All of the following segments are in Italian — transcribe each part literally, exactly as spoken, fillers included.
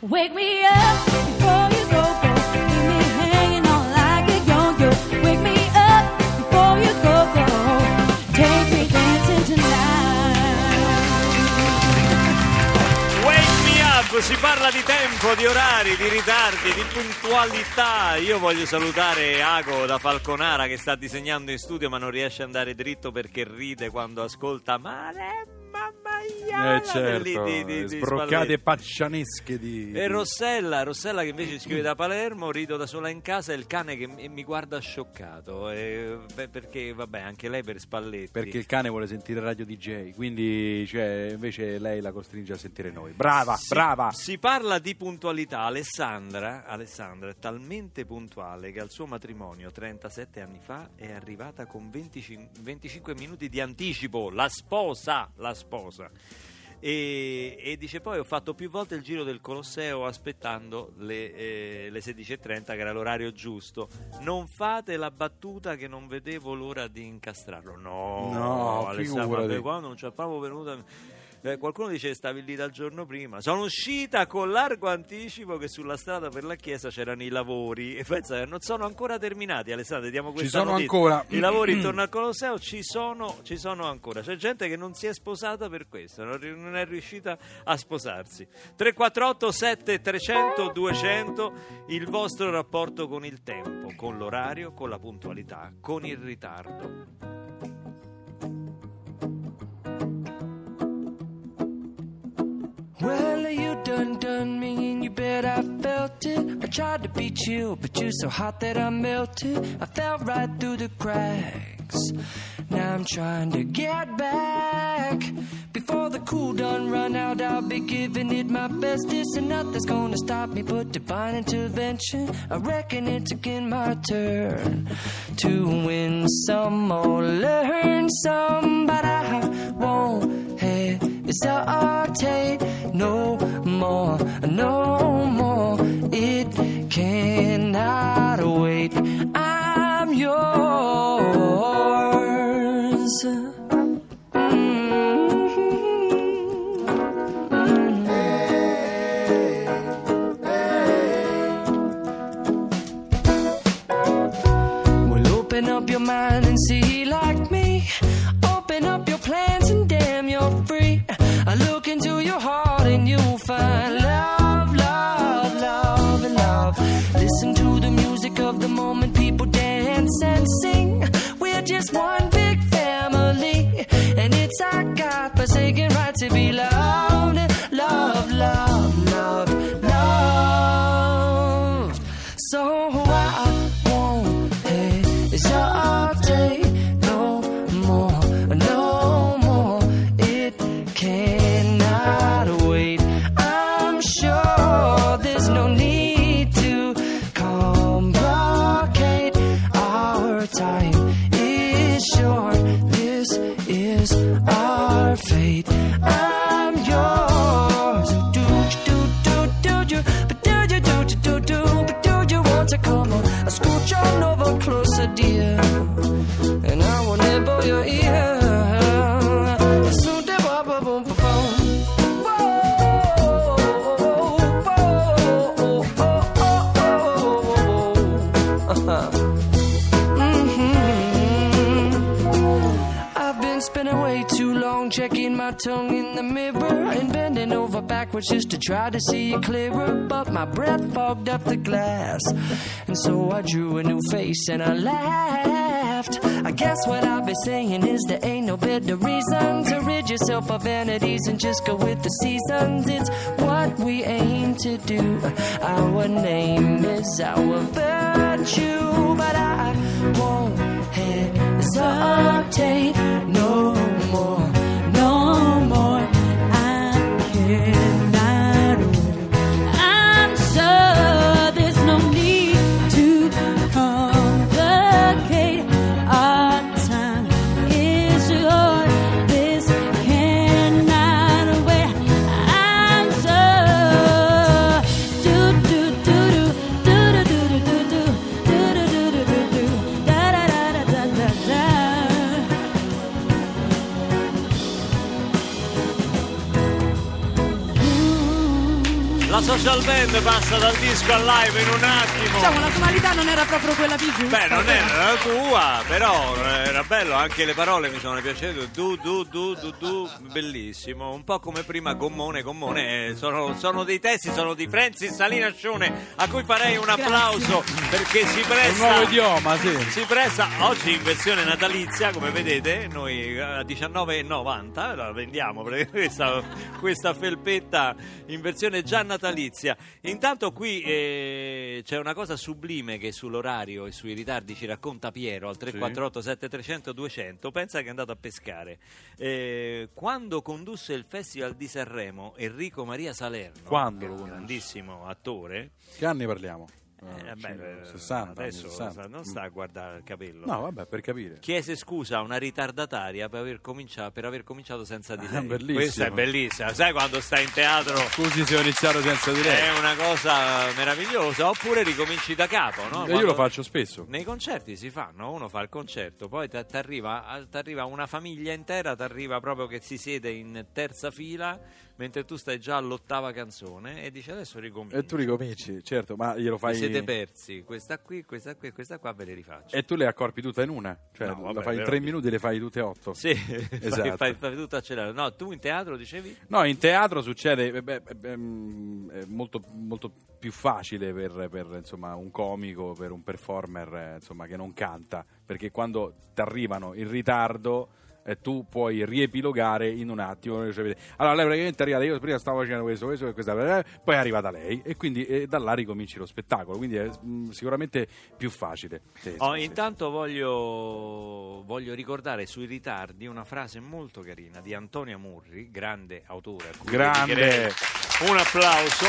Wake me up before you go, go. Leave me hanging on like a yo-yo. Wake me up before you go, go. Take me dancing tonight. Wake me up, si parla di tempo, di orari, di ritardi, di puntualità. Io voglio salutare Ago da Falconara che sta disegnando in studio ma non riesce ad andare dritto perché ride quando ascolta Maremma. Eh certo, di, di, di sbroccate paccianesche di... E Rossella, Rossella che invece scrive da Palermo, rido da sola in casa e il cane che mi, mi guarda scioccato, e, beh, perché vabbè anche lei per Spalletti. Perché il cane vuole sentire Radio D J, quindi cioè, invece lei la costringe a sentire noi. Brava, si, brava! Si parla di puntualità. Alessandra, Alessandra è talmente puntuale che al suo matrimonio trentasette anni fa è arrivata con venticinque, venticinque minuti di anticipo, la sposa, la sposa. E, e dice poi ho fatto più volte il giro del Colosseo aspettando le, eh, le sedici e trenta che era l'orario giusto. Non fate la battuta che non vedevo l'ora di incastrarlo. No, no, Alessandra, vabbè, quando non c'è proprio venuta. Eh, qualcuno dice stavi lì dal giorno prima. Sono uscita con largo anticipo che sulla strada per la chiesa c'erano i lavori e pensa, non sono ancora terminati. Alessandro, diamo questa ci sono notizia. Ancora I lavori intorno al Colosseo ci sono, ci sono ancora. C'è gente che non si è sposata per questo, non, non è riuscita a sposarsi. Tre quattro otto sette trecento duecento, il vostro rapporto con il tempo, con l'orario, con la puntualità, con il ritardo. Well, you done done me and you bet I felt it. I tried to beat you, but you're so hot that I melted. I fell right through the cracks. Now I'm trying to get back. Before the cool done run out, I'll be giving it my best. This and nothing's gonna stop me but divine intervention. I reckon it's again my turn to win some or learn some, but I won't hesitate no more, no more. It cannot wait. I'm yours. Open up your mind and see like me. Open up your plans and damn, you're free. I look into your heart and you'll find love, love, love, and love. Listen to the music of the moment, people dance and sing. We're just one big family, and it's our God-forsaken right to be loved. Love, love, love, love. So I won't hesitate no more, no more. It cannot wait. I'm sure there's no need to complicate. Our time is short. This is our fate. I'm yours. Do do do do do, but do you do do do, but do you want to come on? I scooch on over closer, dear, and I will nibble your ear. So de ba ba boom ba boom. I've been spending way too long checking my tongue in the mirror and bending over backwards just to try to see it clearer, but my breath fogged up the glass, and so I drew a new face and I laughed. I guess what I've been saying is there ain't no better reason to rid yourself of vanities and just go with the seasons. It's what we aim to do. Our name is our virtue, but I won't hesitate no more, no more. I cannot wait. I'm sure there's no need to complicate. Our time is short. This cannot wait. I'm sure. Do do do do do do do do do do do do do do do da da da da da da. La social band passa dal disco al live in un attimo. Diciamo, la tonalità non era proprio quella più giusta. Beh, non era la tua, però era bello, anche le parole mi sono piaciute. Du, du, du, du, du, bellissimo. Un po' come prima Gommone, Gommone. Sono, sono dei testi, sono di Francis Salinascione, a cui farei un applauso perché si presta. Un nuovo idioma, sì. Si presta oggi in versione natalizia, come vedete, noi a diciannove e novanta la vendiamo perché questa, questa felpetta in versione già natalizia. Intanto qui eh, c'è una cosa sublime che sull'orario e sui ritardi ci racconta Piero al tre quattro otto sette tre zero zero due zero zero. Pensa che è andato a pescare. Eh, quando condusse il Festival di Sanremo, Enrico Maria Salerno, Quando lo condusse? grandissimo attore. Che anni parliamo? Eh, vabbè, sessanta, adesso sessanta. non sta a guardare il capello. No, vabbè, per capire. Chiese scusa a una ritardataria per aver cominciato, per aver cominciato senza di lei. Bellissimo. Questa è bellissima. Sai quando stai in teatro Scusi se ho iniziato senza di lei. è una cosa meravigliosa. Oppure ricominci da capo, no? E io Quando- lo faccio spesso. Nei concerti si fa, no? Uno fa il concerto, poi ti arriva una famiglia intera, ti arriva proprio che si siede in terza fila mentre tu stai già all'ottava canzone e dice adesso ricominci. E tu ricominci, certo, ma glielo Vi fai. siete persi, questa qui, questa qui, questa qua ve le rifaccio. E tu le accorpi tutte in una? Cioè, No, vabbè, la fai in però- tre minuti, le fai tutte e otto? Sì, Esatto. fai, fai, fai tutto accelerato. No, tu in teatro dicevi? No, in teatro succede, beh, beh, beh, mm, è molto, molto più facile per, per, insomma, un comico, per un performer eh, insomma, che non canta, perché quando ti arrivano in ritardo eh, tu puoi riepilogare in un attimo. Cioè, allora lei praticamente è arrivata, io prima stavo facendo questo, questo e questa, eh, poi è arrivata lei e quindi eh, da là ricominci lo spettacolo, quindi è mm, sicuramente più facile. Sì, Oh, sì, sì. intanto voglio, voglio ricordare sui ritardi una frase molto carina di Antonio Murri, grande autore. a cui Grande. dedicherei un applauso.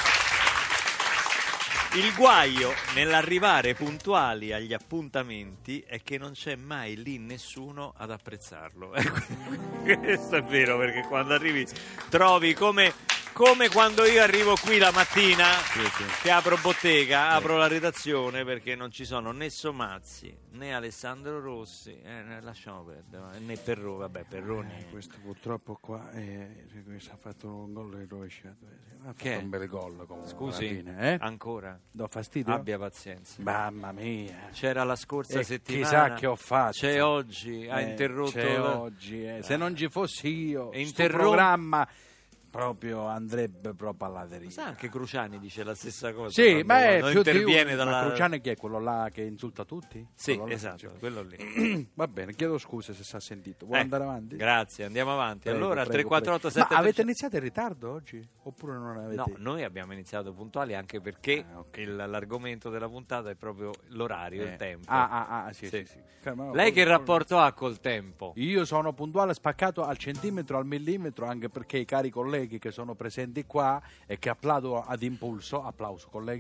Il guaio nell'arrivare puntuali agli appuntamenti è che non c'è mai lì nessuno ad apprezzarlo. Questo è vero, perché quando arrivi trovi come, come quando io arrivo qui la mattina Sì, sì. che apro bottega, apro la redazione perché non ci sono né Somazzi né Alessandro Rossi, eh, lasciamo perdere, né Perroni, vabbè Perroni. Eh, questo purtroppo qua eh, questo ha fatto un gol e rovesciato. Ha fatto Che? un bel gol comunque. Scusi, alla fine, eh? ancora? Do fastidio? Abbia pazienza. Mamma mia. C'era la scorsa E settimana. chissà che ho fatto. C'è oggi, ha Eh, interrotto. c'è la- oggi, eh. Se non ci fossi io, E questo interrom- programma proprio andrebbe proprio alla deriva. Sa, anche Cruciani dice la stessa cosa. Sì, quando- ma è quando più di interviene uno. dalla... Ma Cruciani chi è? Quello là che insulta tutti? Sì, Quello là? esatto, Cioè, quello lì. Va bene, chiedo scusa se si è sentito. Vuoi Eh, andare avanti? Grazie, andiamo avanti. Prego, allora, prego, tre quattro otto prego. sette Ma avete iniziato in ritardo oggi? Oppure non avete? No, noi abbiamo iniziato puntuali anche perché Ah, ok. il- l'argomento della puntata è proprio l'orario, Eh. il tempo. Ah, ah, ah, sì, Sì. sì, sì. Ferma- Lei che col- rapporto ha col tempo? Io sono puntuale, spaccato al centimetro, al millimetro, anche perché i cari colleghi che sono presenti qua e che applaudo ad impulso, applauso colleghi.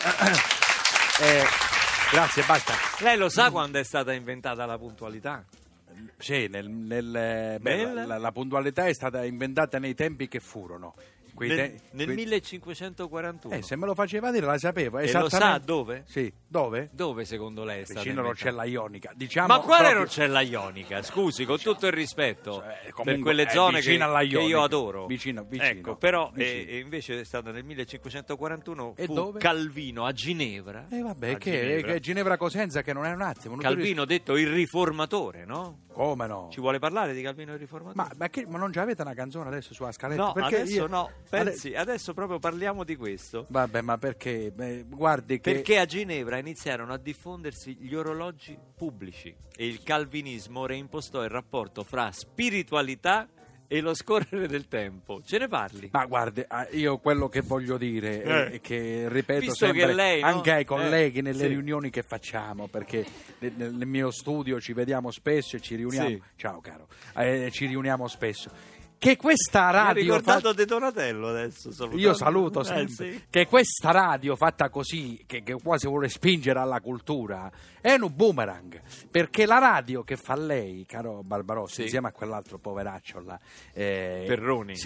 Eh, grazie, basta. Lei lo sa quando è stata inventata la puntualità? Sì, nel, nel- beh, Nel? la, la puntualità è stata inventata nei tempi che furono. Quei Nel, te- nel quei- millecinquecentoquarantuno. Eh, se me lo faceva dire la sapevo. E lo sa esattamente. dove? Sì, dove? Dove secondo lei è stata Vicino inventata? Rocella Ionica. Diciamo Ma quale proprio- Rocella Ionica? Scusi, con tutto il rispetto Cioè, per comunque, quelle è zone che, vicino alla che Ionica. io adoro. Vicino, vicino, Ecco, però vicino. eh, invece è stato nel millecinquecentoquarantuno E fu dove? Calvino a Ginevra. Eh vabbè, A che Ginevra. che Ginevra Cosenza che non è un attimo. non Calvino detto il riformatore, no? tu- Come no? Ci vuole parlare di Calvino il riformatore? Ma, ma, che, ma non già avete una canzone adesso sulla scaletta? no, Perché adesso io- no. Ade- Pensi, adesso proprio parliamo di questo. Vabbè, ma perché? Beh, guardi che... Perché a Ginevra iniziarono a diffondersi gli orologi pubblici e il calvinismo reimpostò il rapporto fra spiritualità e lo scorrere del tempo. Ce ne parli? Ma guardi, ah, io quello che voglio dire Eh. è che ripeto Visto sempre che lei, no? anche ai colleghi Eh, nelle sì. riunioni che facciamo, perché nel, nel mio studio ci vediamo spesso e ci riuniamo. Sì. Ciao caro, eh, ci riuniamo spesso. Che questa Mi ha radio ricordato fa- De Donatello adesso. salutando. Io saluto Eh, sempre sì. che questa radio fatta così, che, che quasi vuole spingere alla cultura, è un boomerang, perché la radio che fa lei, caro Barbarossa, Sì. insieme a quell'altro poveraccio là, eh, Perroni. sì,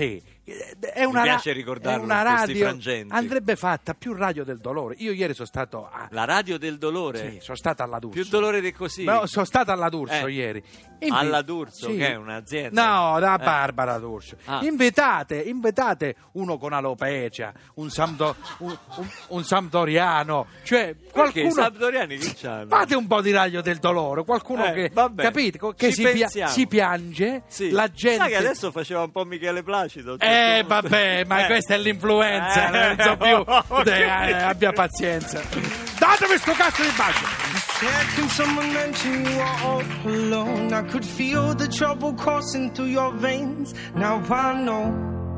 È una, Mi piace ra- ricordarlo è una in questi radio, frangenti. andrebbe fatta più radio del dolore. Io ieri sono stato a, La radio del dolore? sì, sono stato alla D'Urso. Più dolore di così? No, sono stato alla D'Urso Eh. ieri. Invi- Alla D'Urso, sì. che è un'azienda? No, da Eh. Barbara D'Urso. Ah. Invitate, invitate uno con alopecia, un, Sampdo- un, un- un sampdoriano, cioè Perché i qualcuno. sampdoriani che c'hanno? Fate un po' di raglio del dolore, qualcuno Eh, che vabbè, capite co- che ci si, pia- pensiamo. si piange, Sì. la gente. Sai che adesso faceva un po' Michele Placido? Eh vabbè, ma Eh. questa è l'influenza, Eh, non so più. ho capito. Eh, abbia pazienza. Datemi sto cazzo di bacio. Said, can someone mention you are all alone? I could feel the trouble coursing through your veins. Now I know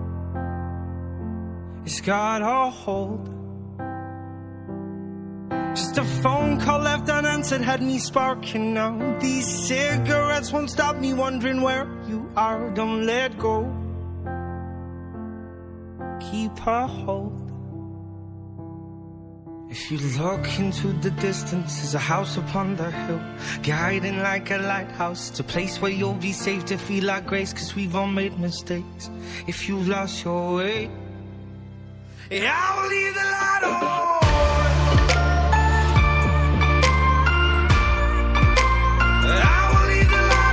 it's got a hold. Just a phone call left unanswered had me sparking now. These cigarettes won't stop me wondering where you are. Don't let go. Keep a hold. If you look into the distance, there's a house upon the hill, guiding like a lighthouse. It's a place where you'll be safe to feel like grace, cause we've all made mistakes. If you've lost your way, yeah, I will leave the light on. I will leave the light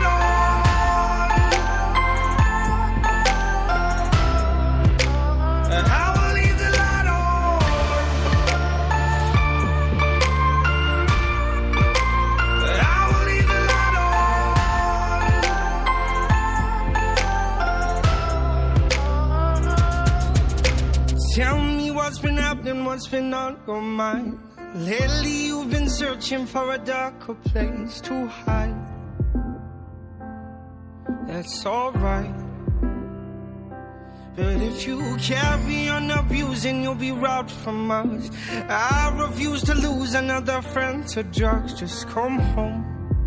on. I will leave the light on. I will leave the light on. Tell me what's been happening, what's been on your mind. Lately you've been searching for a darker place to hide. That's alright. But if you carry on abusing, you'll be robbed from us. I refuse to lose another friend to drugs. Just come home.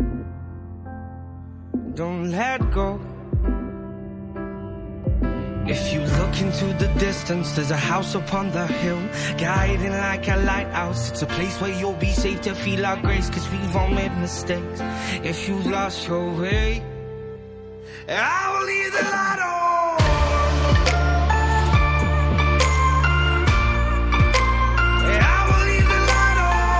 Don't let go. If you look into the distance, there's a house upon the hill, guiding like a lighthouse. It's a place where you'll be safe to feel our grace, cause we've all made mistakes. If you've lost your way, I will leave the light on. I will leave the light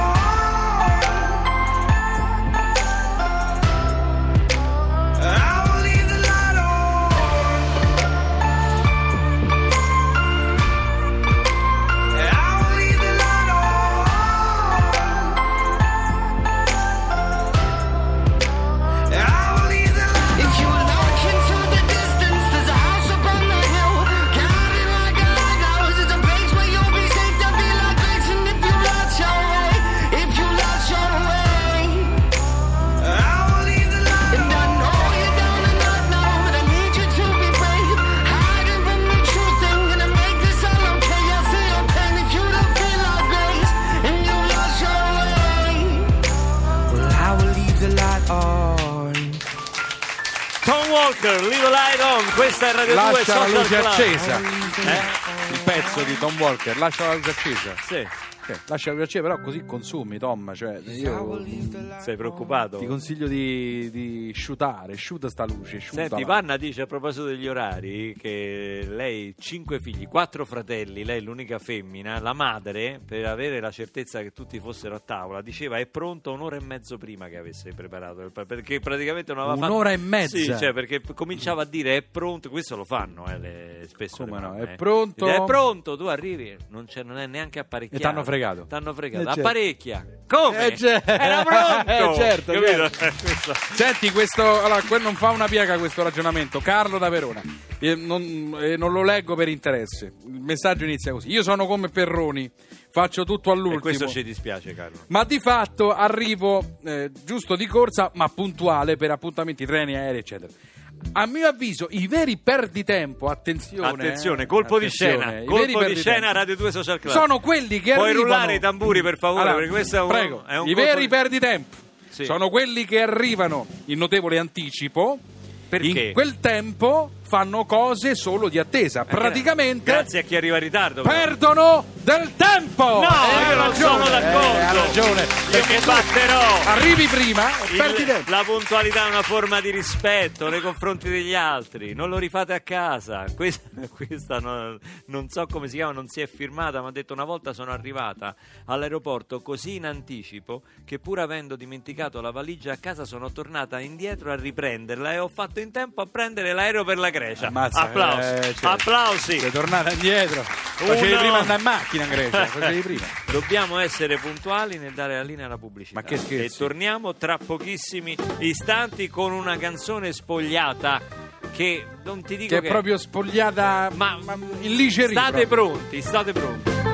on. I will leave the light on. I will leave the light on. I will leave the light on. If you look into the distance, there's a house upon the hill, guiding like a lighthouse. It's a place where you'll be safe to be like grace. And if you lost your way, if you lost your way, I will leave the light on. And I know you're down and out now, but I need you to be brave. Hiding from the truth ain't gonna make this all okay. I see your pain if you don't feel like grace, and you lost your way. Well, I will leave the light on. Tom Walker, Little Light On, questa è Radio due Lascia la Social luce Club. accesa. Eh? Il pezzo di Tom Walker, lascia la luce accesa. Sì, Eh, lascia la luce accesa, però così consumi, Tom. Cioè, io sei preoccupato? ti consiglio di, di shootare, shoot sta luce. Shootala. Senti, Vanna dice a proposito degli orari che lei cinque figli, quattro fratelli, lei è l'unica femmina, la madre, per avere la certezza che tutti fossero a tavola, diceva è pronto un'ora e mezzo prima che avesse preparato, perché praticamente non aveva Un'ora fatto... e mezza? Sì, cioè perché cominciava a dire è pronto, questo lo fanno eh, le, spesso Come le no, mamme, è eh. pronto? È pronto, tu arrivi, non, c'è, non è neanche apparecchiato. E t'hanno fregato. T'hanno fregato, Eh, certo. apparecchia. Come? Eh, certo. Era pronto! Eh, certo, Capito? certo. Questo- Senti, questo allora, que- non fa una piega questo ragionamento. Carlo da Verona. Eh, non, eh, non lo leggo per interesse. Il messaggio inizia così: io sono come Perroni, faccio tutto all'ultimo. E questo ci dispiace, Carlo. Ma di fatto arrivo eh, giusto di corsa, ma puntuale per appuntamenti, treni, aerei, eccetera. A mio avviso, i veri perditempo, attenzione, Attenzione, eh, colpo attenzione, di scena, i veri colpo di perditempo scena Radio due Social Club. sono quelli che Puoi arrivano. rullare i tamburi, per favore, Allora, perché questo è un, prego, è un i colpo veri di- perditempo Sì. sono quelli che arrivano in notevole anticipo. Perché? In quel tempo fanno cose solo di attesa. Praticamente Grazie a chi arriva in ritardo. perdono del tempo. No, Eh, ha io non ragione, sono d'accordo. eh, ha ragione. Io Perché mi tu batterò. arrivi prima e Il- perdi tempo. la puntualità è una forma di rispetto nei confronti degli altri, non lo rifate a casa. Questa, questa non, non so come si chiama, non si è firmata, ma ha detto: una volta sono arrivata all'aeroporto così in anticipo che pur avendo dimenticato la valigia a casa sono tornata indietro a riprenderla e ho fatto in tempo a prendere l'aereo per la Grecia. Ammazza, Applausi, eh, certo. applausi. Sei tornata indietro. Facevi Uno. prima andare in macchina in Grecia. Facevi prima. Dobbiamo essere puntuali nel dare la linea alla pubblicità. Ma che scherzi. E torniamo tra pochissimi istanti con una canzone spogliata che non ti dico Che che è proprio spogliata ma in liceria. state proprio. pronti, state pronti.